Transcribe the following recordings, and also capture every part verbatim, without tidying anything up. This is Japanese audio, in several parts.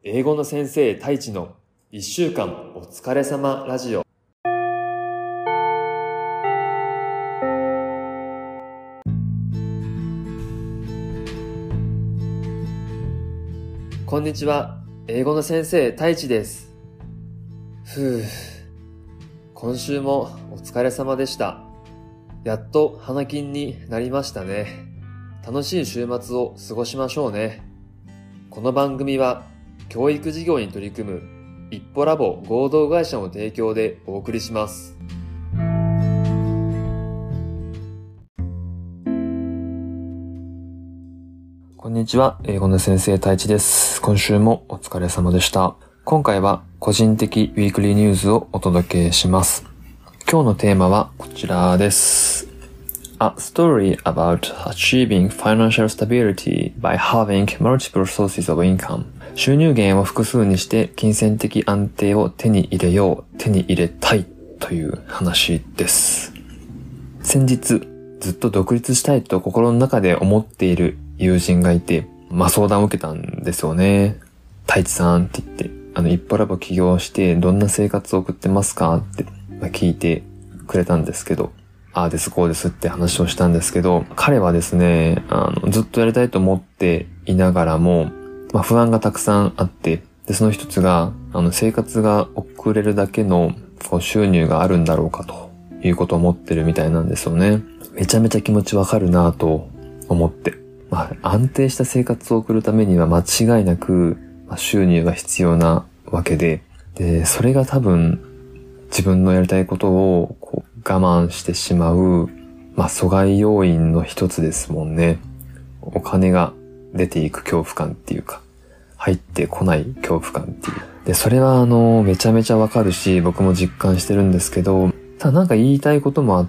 英語の先生太一のいっしゅうかんお疲れ様ラジオ。こんにちは、英語の先生太一です。ふう、今週もお疲れ様でした。やっと花金になりましたね。楽しい週末を過ごしましょうね。この番組は教育事業に取り組む一歩ラボ合同会社の提供でお送りします。こんにちは、英語の先生太一です。今週もお疲れ様でした。今回は個人的ウィークリーニュースをお届けします。今日のテーマはこちらです。A story about achieving financial stability by having multiple sources of income。収入源を複数にして金銭的安定を手に入れよう、手に入れたいという話です。先日、ずっと独立したいと心の中で思っている友人がいて、まあ相談を受けたんですよね。太一さんって言って、あの一歩ラボ起業してどんな生活を送ってますかって聞いてくれたんですけど、ああですこうですって話をしたんですけど、彼はですね、あのずっとやりたいと思っていながらも、まあ、不安がたくさんあって、でその一つがあの生活が送れるだけのこう収入があるんだろうかということを思ってるみたいなんですよね。めちゃめちゃ気持ちわかるなと思って、まあ、安定した生活を送るためには間違いなく、まあ、収入が必要なわけで、でそれが多分自分のやりたいことをこう我慢してしまう、まあ、阻害要因の一つですもんね。お金が出ていく恐怖感っていうか、入ってこない恐怖感っていう。で、それはあの、めちゃめちゃわかるし、僕も実感してるんですけど、ただなんか言いたいこともあって、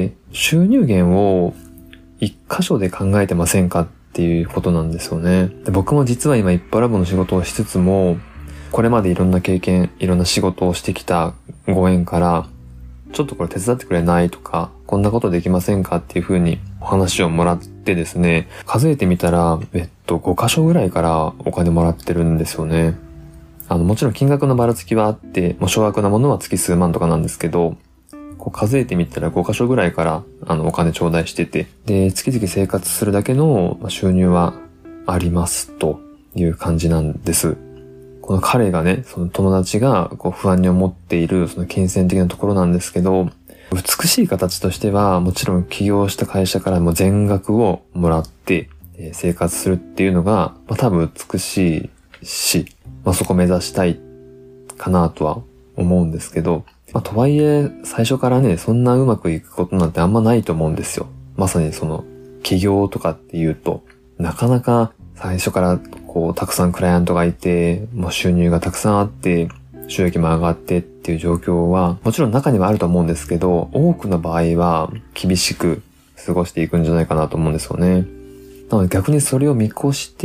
収入源を一箇所で考えてませんかっていうことなんですよね。で僕も実は今一歩ラボの仕事をしつつも、これまでいろんな経験、いろんな仕事をしてきたご縁から、ちょっとこれ手伝ってくれないとか、こんなことできませんかっていう風にお話をもらってですね、数えてみたら、えっと、ご箇所ぐらいからお金もらってるんですよね。あの、もちろん金額のばらつきはあって、もう少額なものは月数万とかなんですけど、こう数えてみたらご箇所ぐらいから、あの、お金頂戴してて、で、月々生活するだけの収入はありますという感じなんです。この彼がね、その友達がこう不安に思っているその金銭的なところなんですけど、美しい形としてはもちろん起業した会社からも全額をもらって生活するっていうのが、まあ、多分美しいし、まあ、そこ目指したいかなとは思うんですけど、まあ、とはいえ最初からね、そんなうまくいくことなんてあんまないと思うんですよ。まさにその起業とかっていうと、なかなか最初からこうたくさんクライアントがいて、もう収入がたくさんあって、収益も上がってっていう状況はもちろん中にはあると思うんですけど、多くの場合は厳しく過ごしていくんじゃないかなと思うんですよね。なので逆にそれを見越して、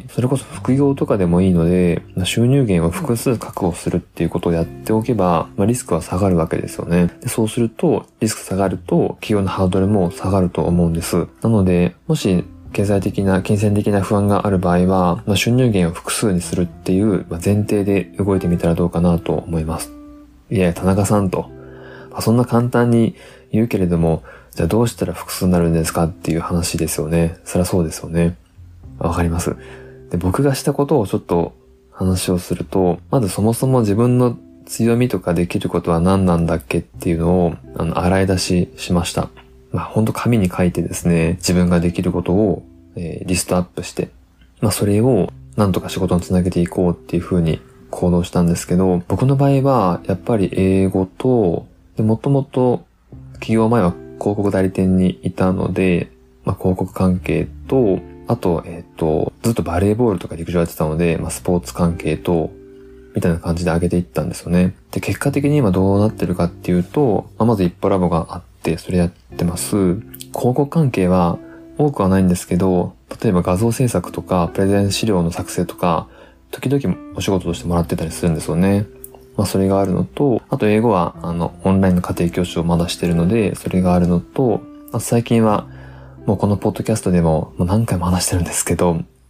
それこそ副業とかでもいいので、収入源を複数確保するっていうことをやっておけば、まあ、リスクは下がるわけですよね。でそうすると、リスク下がると、企業のハードルも下がると思うんです。なので、もし経済的な、金銭的な不安がある場合は、まあ、収入源を複数にするっていう前提で動いてみたらどうかなと思います。いや、田中さんと、まあ、そんな簡単に言うけれども、じゃあどうしたら複数になるんですかっていう話ですよね。そりゃそうですよね。わかります。で、僕がしたことをちょっと話をすると、まずそもそも自分の強みとかできることは何なんだっけっていうのを、あの、洗い出ししました。まあ、ほんと紙に書いてですね、自分ができることを、えー、リストアップして、まあ、それをなんとか仕事につなげていこうっていう風に行動したんですけど、僕の場合はやっぱり英語と、で、もともと起業前は広告代理店にいたので、まあ、広告関係と、あと、えっと、ずっとバレーボールとか陸上やってたので、まあ、スポーツ関係と、みたいな感じで上げていったんですよね。で、結果的に今どうなってるかっていうと、まあ、まず一歩ラボがあって、それやってます。広告関係は多くはないんですけど、例えば画像制作とか、プレゼン資料の作成とか、時々お仕事としてもらってたりするんですよね。まあそれがあるのと、あと英語はあのオンラインの家庭教師をまだしてるので、それがあるのと、あと最近はもうこのポッドキャストでももう何回も話してるんですけど、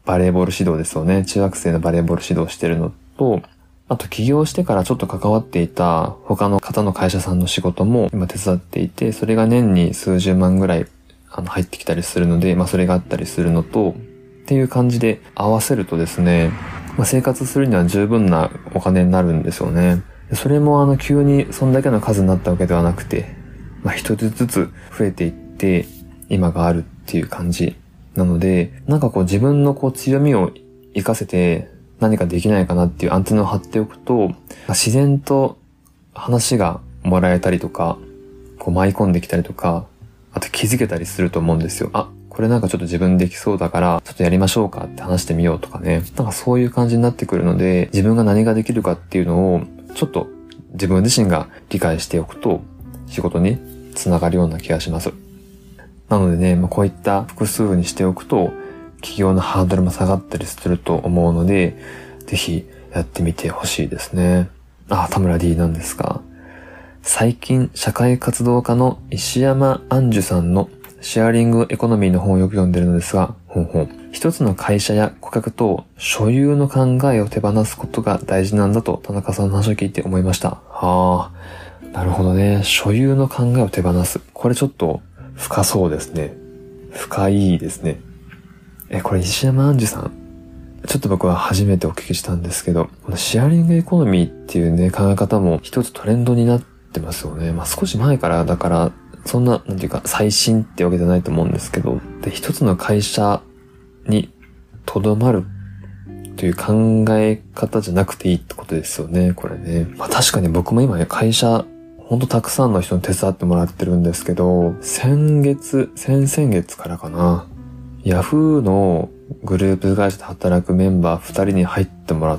バレーボール指導ですよね。中学生のバレーボール指導してるのと、あと起業してからちょっと関わっていた他の方の会社さんの仕事も今手伝っていて、それが年に数十万ぐらいあの入ってきたりするので、まあそれがあったりするのと、っていう感じで合わせるとですね、まあ、生活するには十分なお金になるんですよね。それもあの急にそんだけの数になったわけではなくて、まあ一つずつ増えていって今があるっていう感じなので、なんかこう自分のこう強みを活かせて何かできないかなっていうアンテナを張っておくと、自然と話がもらえたりとか、こう舞い込んできたりとか、あと気づけたりすると思うんですよ。あ、これなんかちょっと自分できそうだから、ちょっとやりましょうかって話してみようとかね。なんかそういう感じになってくるので、自分が何ができるかっていうのを、ちょっと自分自身が理解しておくと、仕事につながるような気がします。なのでね、まあ、こういった複数にしておくと、起業のハードルも下がったりすると思うので、ぜひやってみてほしいですね。あ、田村 D なんですが、最近社会活動家の石山杏樹さんのシェアリングエコノミーの本をよく読んでるのですが、ほんほん。一つの会社や顧客と所有の考えを手放すことが大事なんだと田中さんの話を聞いて思いました。はあ、なるほどね。所有の考えを手放す。これちょっと深そうですね。深いですね。え、これ石山杏樹さん。ちょっと僕は初めてお聞きしたんですけど、このシェアリングエコノミーっていうね、考え方も一つトレンドになってますよね。まあ少し前からだから、そんな、なんていうか、最新ってわけじゃないと思うんですけど、で、一つの会社にとどまるという考え方じゃなくていいってことですよね、これね。まあ確かに僕も今ね、会社、ほんとたくさんの人に手伝ってもらってるんですけど、先月、先々月からかな、ヤフーのグループ会社で働くメンバーふたりに入ってもらって、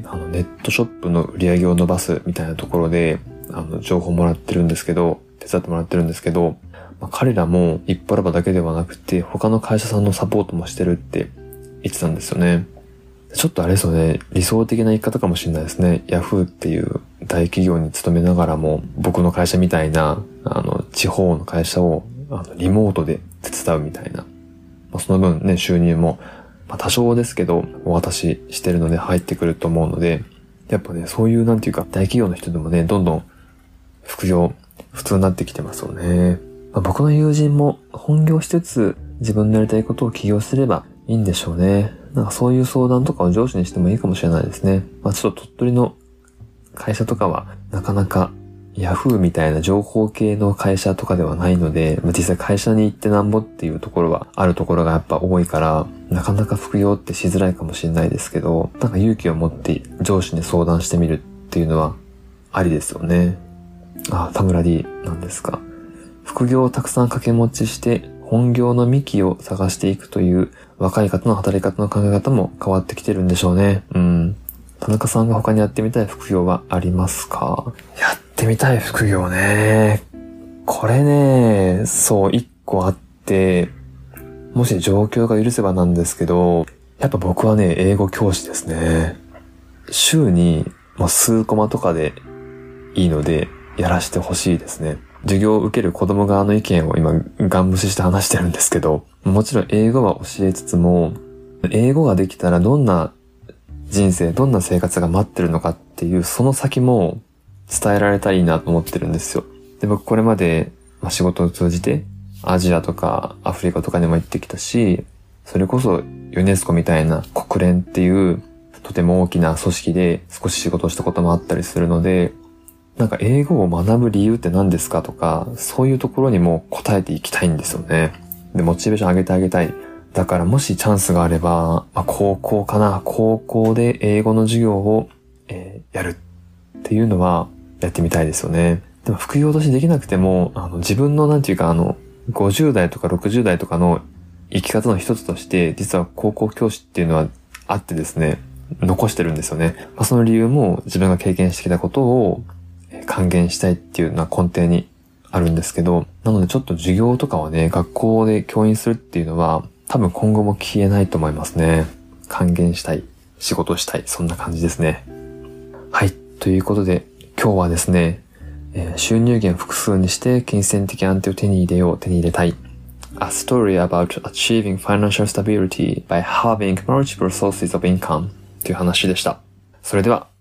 あの、ネットショップの売り上げを伸ばすみたいなところで、あの、情報もらってるんですけど、手伝ってもらってるんですけど、まあ、彼らも一歩ラバだけではなくて他の会社さんのサポートもしてるって言ってたんですよね。ちょっとあれですよね、理想的な言い方かもしれないですね。ヤフーっていう大企業に勤めながらも僕の会社みたいなあの地方の会社をあのリモートで手伝うみたいな、まあ、その分ね収入も、まあ、多少ですけどお渡ししてるので入ってくると思うので、やっぱねそういうなんていうか大企業の人でもねどんどん副業普通になってきてますよね。まあ、僕の友人も本業しつつ自分のやりたいことを起業すればいいんでしょうね。なんかそういう相談とかを上司にしてもいいかもしれないですね。まあちょっと鳥取の会社とかはなかなかヤフーみたいな情報系の会社とかではないので、まあ、実際会社に行ってなんぼっていうところはあるところがやっぱ多いからなかなか副業ってしづらいかもしれないですけど、なんか勇気を持って上司に相談してみるっていうのはありですよね。あ、田村 D なんですか。副業をたくさん掛け持ちして本業の幹を探していくという若い方の働き方の考え方も変わってきてるんでしょうね。うん。田中さんが他にやってみたい副業はありますか？やってみたい副業ね。これね、そう一個あって、もし状況が許せばなんですけど、やっぱ僕はね、英語教師ですね。週にもう数コマとかでいいのでやらせてほしいですね。授業を受ける子供側の意見を今ガン無視して話してるんですけど、もちろん英語は教えつつも、英語ができたらどんな人生、どんな生活が待ってるのかっていうその先も伝えられたらいいなと思ってるんですよ。で、僕これまで、まあ、仕事を通じてアジアとかアフリカとかにも行ってきたし、それこそユネスコみたいな国連っていうとても大きな組織で少し仕事をしたこともあったりするので、なんか英語を学ぶ理由って何ですかとか、そういうところにも答えていきたいんですよね。で、モチベーション上げてあげたい。だからもしチャンスがあれば、まあ、高校かな。高校で英語の授業を、えー、やるっていうのはやってみたいですよね。でも副業としてできなくても、あの自分のなんていうかあの、ごじゅう代とかろくじゅう代とかの生き方の一つとして、実は高校教師っていうのはあってですね、残してるんですよね。まあ、その理由も自分が経験してきたことを還元したいっていうのは根底にあるんですけど、なのでちょっと授業とかはね、学校で教員するっていうのは多分今後も消えないと思いますね。還元したい、仕事したい、そんな感じですね。はい、ということで今日はですね、えー、収入源複数にして金銭的安定を手に入れよう、手に入れたい。 A story about achieving financial stability by having multiple sources of income という話でした。それでは